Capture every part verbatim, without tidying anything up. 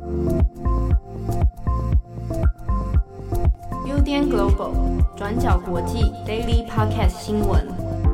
U D N Global 转角国际 Daily Podcast 新闻。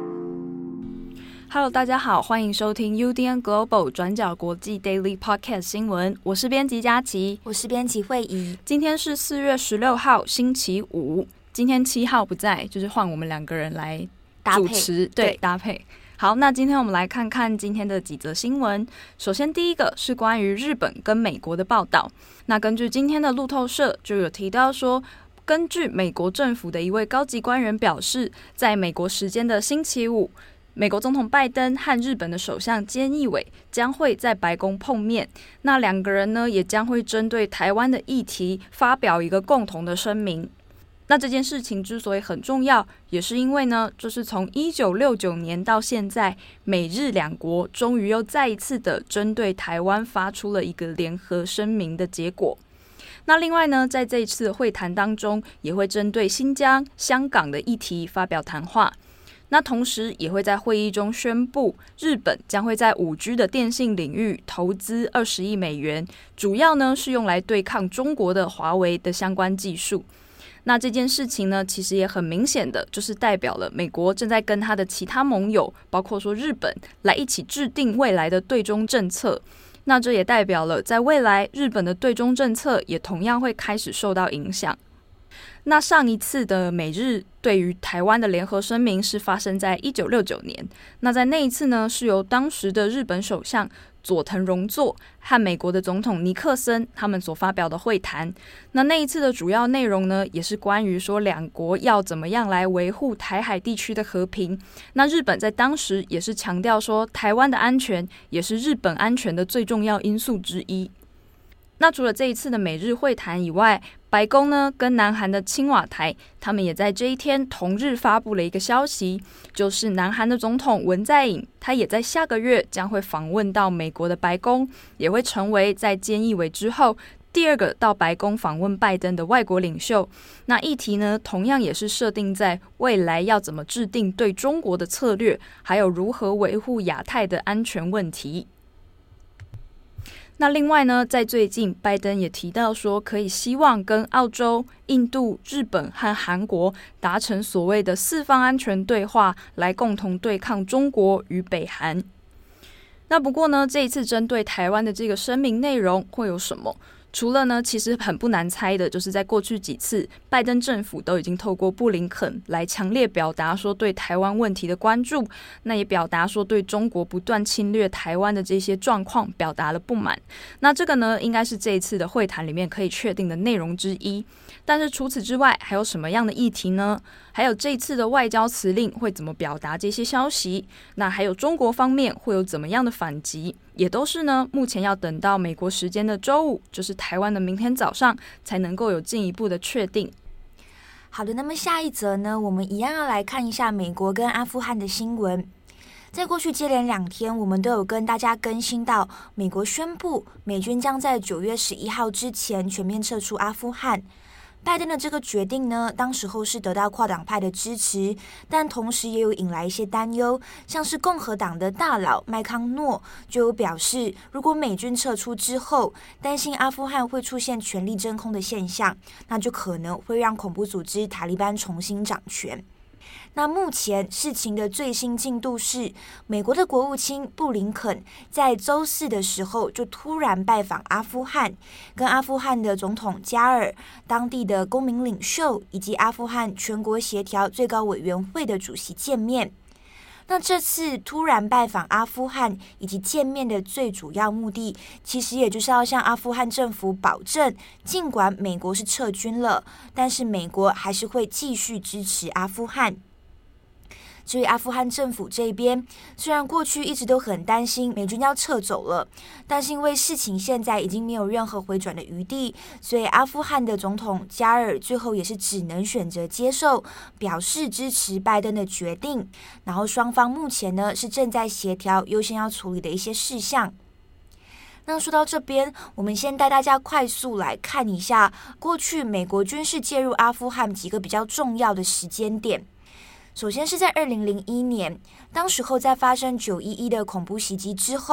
Hello， 大家好，欢迎收听 U D N Global 转角国际 Daily Podcast 新闻。我是编辑佳琪， 我是编辑慧仪。 今天是四月十六号，星期五。今天七号不在，就是换我们两个人来主持，对，搭配。好，那今天我们来看看今天的几则新闻。首先，第一个是关于日本跟美国的报道。那根据今天的路透社就有提到说，根据美国政府的一位高级官员表示，在美国时间的星期五，美国总统拜登和日本的首相菅义伟将会在白宫碰面。那两个人呢，也将会针对台湾的议题发表一个共同的声明。那这件事情之所以很重要，也是因为呢，就是从一九六九年到现在，美日两国终于又再一次的针对台湾发出了一个联合声明的结果。那另外呢，在这一次的会谈当中，也会针对新疆、香港的议题发表谈话。那同时也会在会议中宣布，日本将会在 五 G 的电信领域投资二十亿美元，主要呢是用来对抗中国的华为的相关技术。那这件事情呢，其实也很明显的就是代表了美国正在跟他的其他盟友，包括说日本，来一起制定未来的对中政策。那这也代表了在未来日本的对中政策也同样会开始受到影响。那上一次的美日对于台湾的联合声明是发生在一九六九年，那在那一次呢，是由当时的日本首相佐藤荣作和美国的总统尼克森他们所发表的会谈。那那一次的主要内容呢，也是关于说两国要怎么样来维护台海地区的和平。那日本在当时也是强调说，台湾的安全也是日本安全的最重要因素之一。那除了这一次的美日会谈以外，白宫呢跟南韩的青瓦台，他们也在这一天同日发布了一个消息，就是南韩的总统文在寅，他也在下个月将会访问到美国的白宫，也会成为在菅义伟之后第二个到白宫访问拜登的外国领袖。那议题呢，同样也是设定在未来要怎么制定对中国的策略，还有如何维护亚太的安全问题。那另外呢，在最近拜登也提到说，可以希望跟澳洲、印度、日本和韩国达成所谓的四方安全对话，来共同对抗中国与北韩。那不过呢，这一次针对台湾的这个声明内容会有什么？除了呢，其实很不难猜的，就是在过去几次，拜登政府都已经透过布林肯来强烈表达说对台湾问题的关注，那也表达说对中国不断侵略台湾的这些状况表达了不满。那这个呢，应该是这一次的会谈里面可以确定的内容之一。但是除此之外，还有什么样的议题呢？还有这一次的外交辞令会怎么表达这些消息？那还有中国方面会有怎么样的反击？也都是呢，目前要等到美国时间的周五，就是台湾的明天早上，才能够有进一步的确定。 好的，那么下一则呢，我们一样要来看一下美国跟阿富汗的新闻。在过去接连两天，我们都有跟大家更新到，美国宣布美军将在九月十一号之前全面撤出阿富汗。拜登的这个决定呢，当时候是得到跨党派的支持，但同时也有引来一些担忧，像是共和党的大佬麦康诺就有表示，如果美军撤出之后，担心阿富汗会出现权力真空的现象，那就可能会让恐怖组织塔利班重新掌权。那目前事情的最新进度是，美国的国务卿布林肯在周四的时候就突然拜访阿富汗，跟阿富汗的总统加尔、当地的公民领袖以及阿富汗全国协调最高委员会的主席见面。那这次突然拜访阿富汗以及见面的最主要目的，其实也就是要向阿富汗政府保证，尽管美国是撤军了，但是美国还是会继续支持阿富汗。至于阿富汗政府这边，虽然过去一直都很担心美军要撤走了，但是因为事情现在已经没有任何回转的余地，所以阿富汗的总统加尔最后也是只能选择接受，表示支持拜登的决定。然后双方目前呢是正在协调优先要处理的一些事项。那说到这边，我们先带大家快速来看一下过去美国军事介入阿富汗几个比较重要的时间点。首先是在二零零一年，当时候在发生九一一的恐怖袭击之后，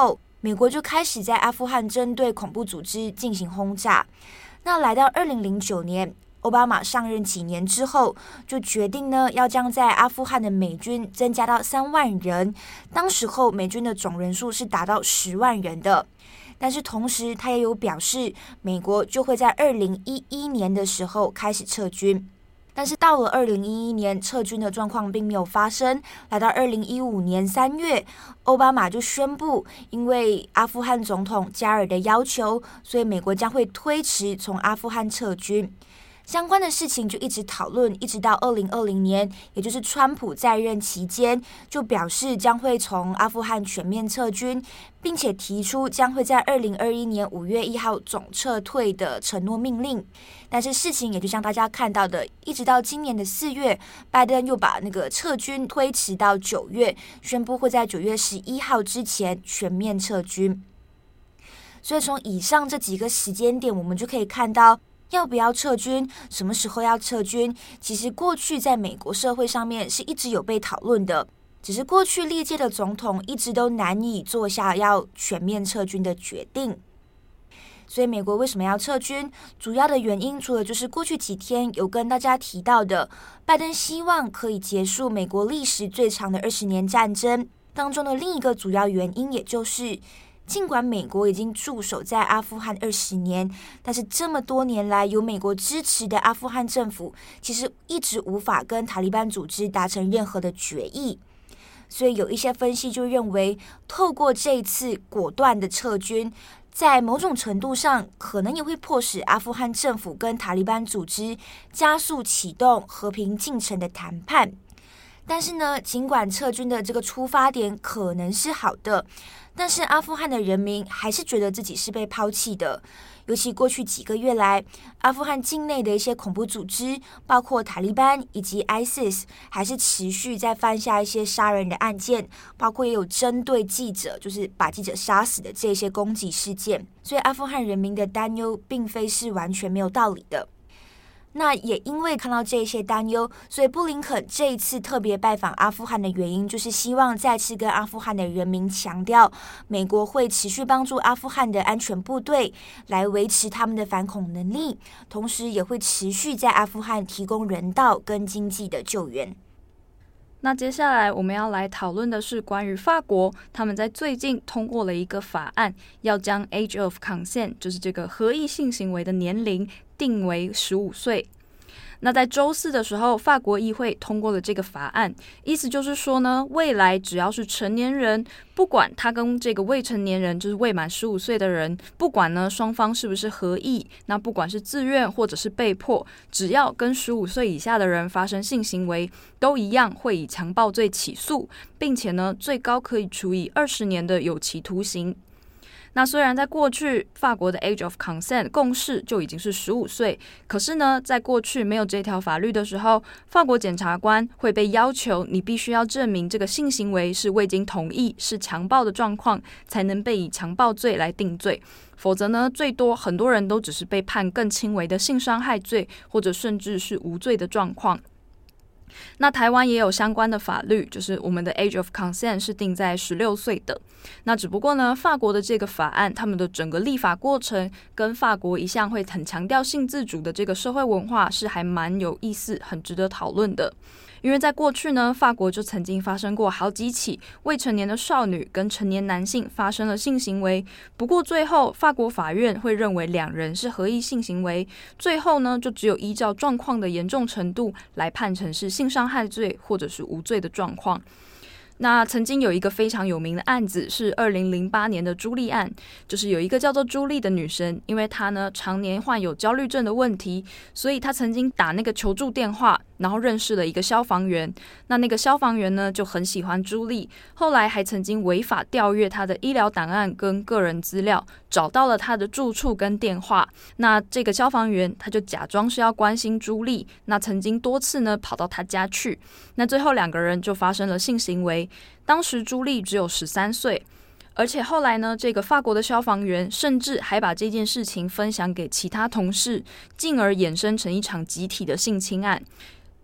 美国就开始在阿富汗针对恐怖组织进行轰炸。那来到二零零九年，奥巴马上任几年之后，就决定呢要将在阿富汗的美军增加到三万人。当时候美军的总人数是达到十万人的。但是同时他也有表示，美国就会在二零一一年的时候开始撤军。但是到了二零一一年，撤军的状况并没有发生。来到二零一五年三月，奥巴马就宣布，因为阿富汗总统加尔的要求，所以美国将会推迟从阿富汗撤军。相关的事情就一直讨论，一直到二零二零年，也就是川普在任期间，就表示将会从阿富汗全面撤军，并且提出将会在二零二一年五月一号总撤退的承诺命令。但是事情也就像大家看到的，一直到今年的四月，拜登又把那个撤军推迟到九月，宣布会在九月十一号之前全面撤军。所以从以上这几个时间点，我们就可以看到，要不要撤军，什么时候要撤军，其实过去在美国社会上面是一直有被讨论的，只是过去历届的总统一直都难以做下要全面撤军的决定。所以美国为什么要撤军，主要的原因除了就是过去几天有跟大家提到的，拜登希望可以结束美国历史最长的二十年战争当中的另一个主要原因，也就是尽管美国已经驻守在阿富汗二十年，但是这么多年来有美国支持的阿富汗政府其实一直无法跟塔利班组织达成任何的决议。所以有一些分析就认为，透过这一次果断的撤军，在某种程度上可能也会迫使阿富汗政府跟塔利班组织加速启动和平进程的谈判。但是呢，尽管撤军的这个出发点可能是好的，但是阿富汗的人民还是觉得自己是被抛弃的。尤其过去几个月来，阿富汗境内的一些恐怖组织，包括塔利班以及 I S I S， 还是持续在犯下一些杀人的案件，包括也有针对记者，就是把记者杀死的这些攻击事件。所以阿富汗人民的担忧并非是完全没有道理的。那也因为看到这些担忧，所以布林肯这一次特别拜访阿富汗的原因，就是希望再次跟阿富汗的人民强调，美国会持续帮助阿富汗的安全部队来维持他们的反恐能力，同时也会持续在阿富汗提供人道跟经济的救援。 那接下来我们要来讨论的是关于法国，他们在最近通过了一个法案，要将 Age of Consent， 就是这个合意性行为的年龄定为十五岁。那在周四的时候，法国议会通过了这个法案，意思就是说呢，未来只要是成年人，不管他跟这个未成年人，就是未满十五岁的人，不管呢双方是不是合意，那不管是自愿或者是被迫，只要跟十五岁以下的人发生性行为，都一样会以强暴罪起诉，并且呢最高可以处以二十年的有期徒刑。那虽然在过去法国的 Age of Consent 共识就已经是十五岁，可是呢在过去没有这条法律的时候，法国检察官会被要求你必须要证明这个性行为是未经同意，是强暴的状况，才能被以强暴罪来定罪，否则呢最多很多人都只是被判更轻微的性伤害罪，或者甚至是无罪的状况。那台湾也有相关的法律，就是我们的 Age of Consent 是定在十六岁的。那只不过呢，法国的这个法案，他们的整个立法过程跟法国一向会很强调性自主的这个社会文化是还蛮有意思，很值得讨论的。因为在过去呢，法国就曾经发生过好几起未成年的少女跟成年男性发生了性行为，不过最后法国法院会认为两人是合意性行为，最后呢就只有依照状况的严重程度来判成是性伤害罪或者是无罪的状况。那曾经有一个非常有名的案子是二零零八年的朱莉案，就是有一个叫做朱莉的女生，因为她呢常年患有焦虑症的问题，所以她曾经打那个求助电话，然后认识了一个消防员。那那个消防员呢就很喜欢朱莉，后来还曾经违法调阅她的医疗档案跟个人资料，找到了她的住处跟电话。那这个消防员他就假装是要关心朱莉，那曾经多次呢跑到她家去，那最后两个人就发生了性行为。当时朱莉只有十三岁，而且后来呢，这个法国的消防员甚至还把这件事情分享给其他同事，进而衍生成一场集体的性侵案。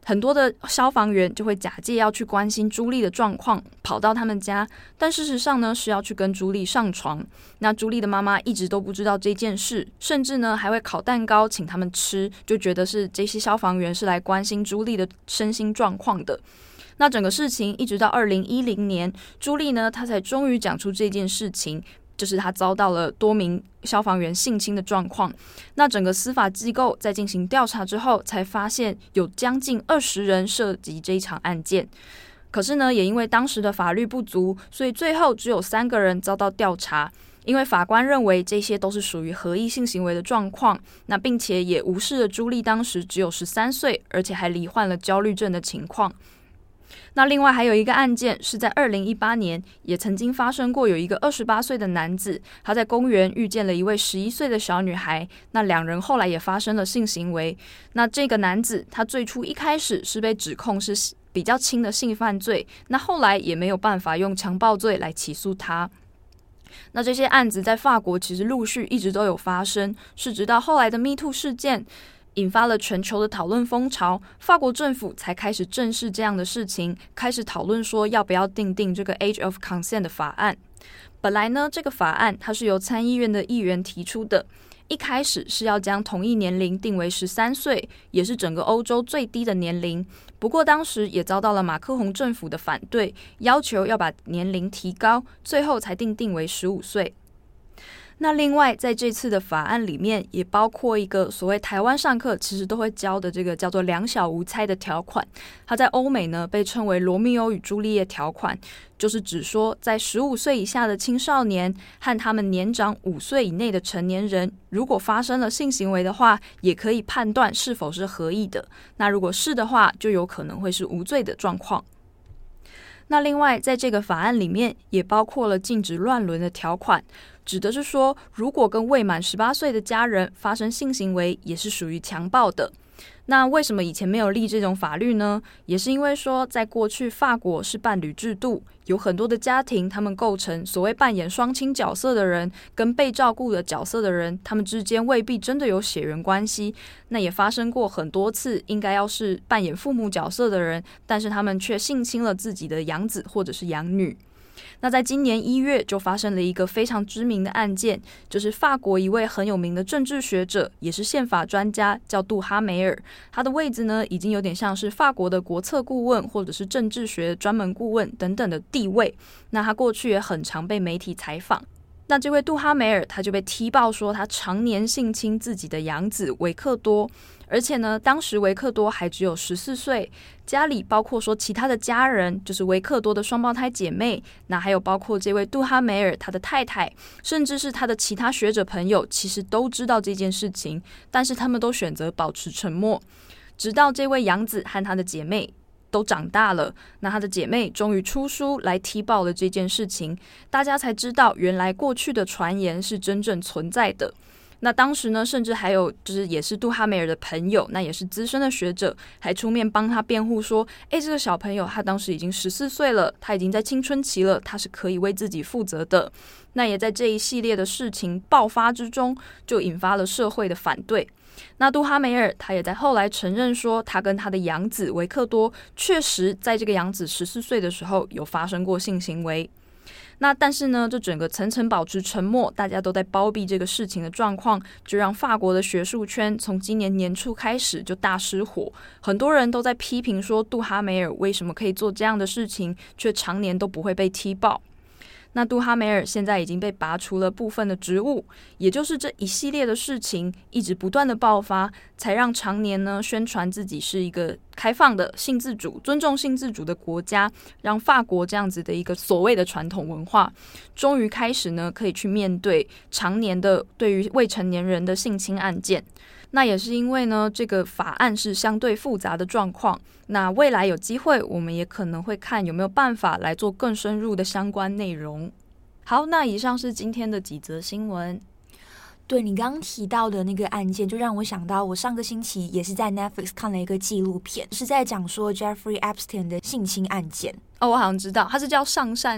很多的消防员就会假借要去关心朱莉的状况，跑到他们家，但事实上呢是要去跟朱莉上床。那朱莉的妈妈一直都不知道这件事，甚至呢还会烤蛋糕请他们吃，就觉得是这些消防员是来关心朱莉的身心状况的。那整个事情一直到二零一零年，朱莉呢她才终于讲出这件事情，就是她遭到了多名消防员性侵的状况。那整个司法机构在进行调查之后，才发现有将近二十人涉及这一场案件。可是呢，也因为当时的法律不足，所以最后只有三个人遭到调查。因为法官认为这些都是属于合意性行为的状况，那并且也无视了朱莉当时只有十三岁，而且还罹患了焦虑症的情况。那另外还有一个案件是在二零一八年，也曾经发生过，有一个二十八岁的男子，他在公园遇见了一位十一岁的小女孩，那两人后来也发生了性行为。那这个男子他最初一开始是被指控是比较轻的性犯罪，那后来也没有办法用强暴罪来起诉他。那这些案子在法国其实陆续一直都有发生，是直到后来的 Me Too 事件引发了全球的讨论风潮，法国政府才开始正视这样的事情，开始讨论说要不要订定这个 Age of Consent 的法案。本来呢，这个法案它是由参议院的议员提出的，一开始是要将同意年龄定为十三岁，也是整个欧洲最低的年龄。不过当时也遭到了马克宏政府的反对，要求要把年龄提高，最后才定定为十五岁。那另外在这次的法案里面也包括一个所谓台湾上课其实都会教的这个叫做两小无猜的条款，它在欧美呢被称为罗密欧与朱丽叶条款，就是指说在十五岁以下的青少年和他们年长五岁以内的成年人，如果发生了性行为的话，也可以判断是否是合意的，那如果是的话，就有可能会是无罪的状况。那另外在这个法案里面也包括了禁止乱伦的条款，指的是说如果跟未满十八岁的家人发生性行为，也是属于强暴的。那为什么以前没有立这种法律呢？也是因为说在过去法国是伴侣制度，有很多的家庭他们构成所谓扮演双亲角色的人跟被照顾的角色的人，他们之间未必真的有血缘关系。那也发生过很多次应该要是扮演父母角色的人，但是他们却性侵了自己的养子或者是养女。那在今年一月就发生了一个非常知名的案件，就是法国一位很有名的政治学者，也是宪法专家，叫杜哈梅尔。他的位置呢，已经有点像是法国的国策顾问或者是政治学专门顾问等等的地位。那他过去也很常被媒体采访。那这位杜哈梅尔他就被踢爆说他常年性侵自己的养子维克多，而且呢，当时维克多还只有十四岁，家里包括说其他的家人，就是维克多的双胞胎姐妹，那还有包括这位杜哈梅尔他的太太，甚至是他的其他学者朋友，其实都知道这件事情，但是他们都选择保持沉默，直到这位养子和他的姐妹都长大了，那他的姐妹终于出书来踢爆了这件事情，大家才知道原来过去的传言是真正存在的。那当时呢，甚至还有就是也是杜哈梅尔的朋友，那也是资深的学者，还出面帮他辩护说，诶，这个小朋友他当时已经十四岁了，他已经在青春期了，他是可以为自己负责的。那也在这一系列的事情爆发之中，就引发了社会的反对。那杜哈梅尔他也在后来承认说，他跟他的养子维克多确实在这个养子十四岁的时候有发生过性行为。那但是呢，这整个层层保持沉默，大家都在包庇这个事情的状况，就让法国的学术圈从今年年初开始就大失火，很多人都在批评说，杜哈梅尔为什么可以做这样的事情，却常年都不会被踢爆。那杜哈梅尔现在已经被拔除了部分的职务，也就是这一系列的事情一直不断的爆发，才让常年呢宣传自己是一个开放的性自主、尊重性自主的国家，让法国这样子的一个所谓的传统文化，终于开始呢可以去面对常年的对于未成年人的性侵案件。那也是因为呢，这个法案是相对复杂的状况，那未来有机会我们也可能会看有没有办法来做更深入的相关内容。好，那以上是今天的几则新闻。 对，你刚刚提到的那个案件，就让我想到我上个星期也是在 Netflix 看了一个纪录片，是在讲说 Jeffrey Epstein 的性侵案件。 哦，我好像知道，他是叫上善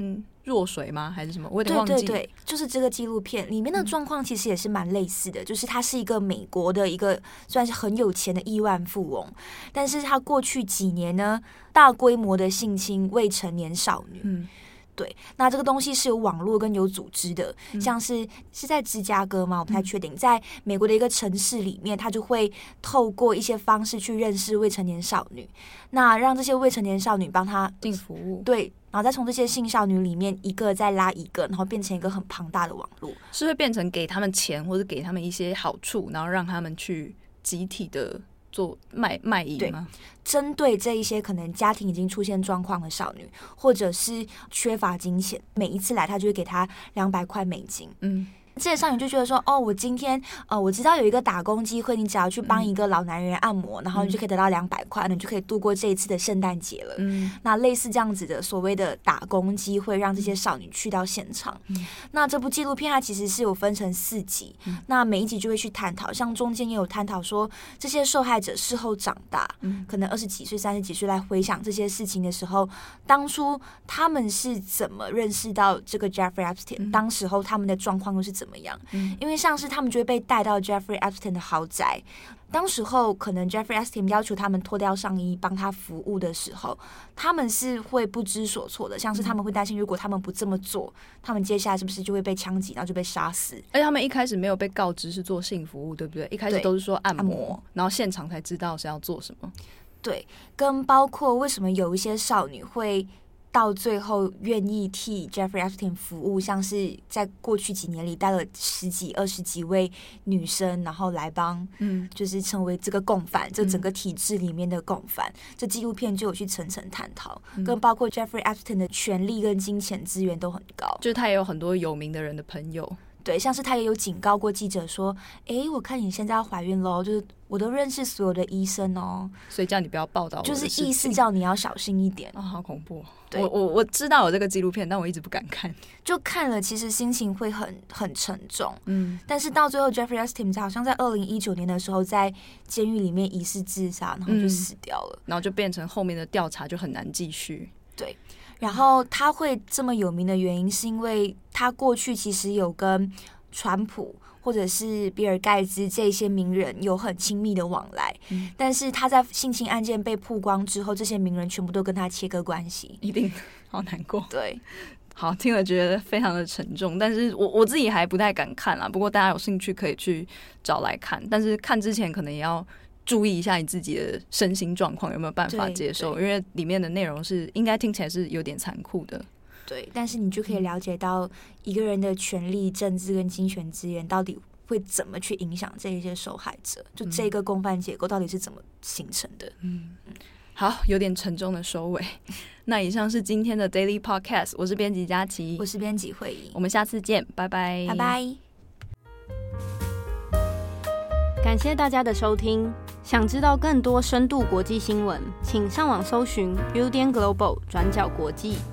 弱水吗？还是什么？我有点忘记。 对对对，就是这个纪录片里面的状况其实也是蛮类似的，嗯、就是他是一个美国的一个算是很有钱的亿万富翁，但是他过去几年呢，大规模的性侵未成年少女。嗯。对，那这个东西是有网络跟有组织的，嗯、像是是在芝加哥吗？我不太确定，嗯、在美国的一个城市里面，他就会透过一些方式去认识未成年少女，那让这些未成年少女帮他性服务， 对，然后再从这些性少女里面一个再拉一个，然后变成一个很庞大的网络， 是会变成给他们钱或者给他们一些好处，然后让他们去集体的做卖卖淫吗？ 针对这一些可能家庭已经出现状况的少女，或者是缺乏金钱，每一次来他就会给他两百块美金。嗯。这些少女就觉得说，哦，我今天呃，我知道有一个打工机会，你只要去帮一个老男人按摩，嗯、然后你就可以得到两百块，你就可以度过这一次的圣诞节了。嗯，那类似这样子的所谓的打工机会，让这些少女去到现场。嗯，那这部纪录片它其实是有分成四集，嗯、那每一集就会去探讨，像中间也有探讨说，这些受害者事后长大，嗯、可能二十几岁、三十几岁来回想这些事情的时候，当初他们是怎么认识到这个 Jeffrey Epstein，嗯、当时候他们的状况又是怎么怎么样？嗯、因为像是他们就会被带到 Jeffrey Epstein 的豪宅，当时候可能 Jeffrey Epstein 要求他们脱掉上衣帮他服务的时候，他们是会不知所措的，像是他们会担心，如果他们不这么做，他们接下来是不是就会被枪击，然后就被杀死？ 而且他们一开始没有被告知是做性服务，对不对？一开始都是说按摩，按摩然后现场才知道是要做什么。 对，跟包括为什么有一些少女会到最后愿意替 Jeffrey Epstein 服务，像是在过去几年里带了十几、二十几位女生，然后来帮，嗯，就是成为这个共犯，这整个体制里面的共犯。嗯、这纪录片就有去层层探讨，嗯、跟包括 Jeffrey Epstein 的权力跟金钱资源都很高， 就是他也有很多有名的人的朋友。 对，像是他也有警告过记者说：“哎，我看你现在要怀孕咯，就是我都认识所有的医生哦， 所以叫你不要报道我的事情， 就是意思叫你要小心一点。” 啊、哦，好恐怖！我我我知道有这个纪录片，但我一直不敢看。 就看了，其实心情会很很沉重。嗯，但是到最后 ，Jeffrey Epstein 好像在二零一九年的时候，在监狱里面疑似自杀，然后就死掉了， 嗯、然后就变成后面的调查就很难继续。 对。然后他会这么有名的原因，是因为他过去其实有跟川普或者是比尔盖茨这些名人有很亲密的往来，嗯、但是他在性侵案件被曝光之后，这些名人全部都跟他切割关系， 一定好难过。 对， 好，听了觉得非常的沉重，但是我我自己还不太敢看啦。不过大家有兴趣可以去找来看，但是看之前可能也要注意一下你自己的身心状况有没有办法接受，因为里面的内容是应该听起来是有点残酷的。 对，但是你就可以了解到一个人的权力、政治跟金钱资源到底会怎么去影响这一些受害者，就这个共犯结构到底是怎么形成的。嗯， 好，有点沉重的收尾。那以上是今天的 Daily Podcast， 我是编辑佳琪， 我是编辑慧仪， 我们下次见，拜拜， 拜拜。 感谢大家的收听。想知道更多深度国际新闻，请上网搜寻 Udan Global 转角国际。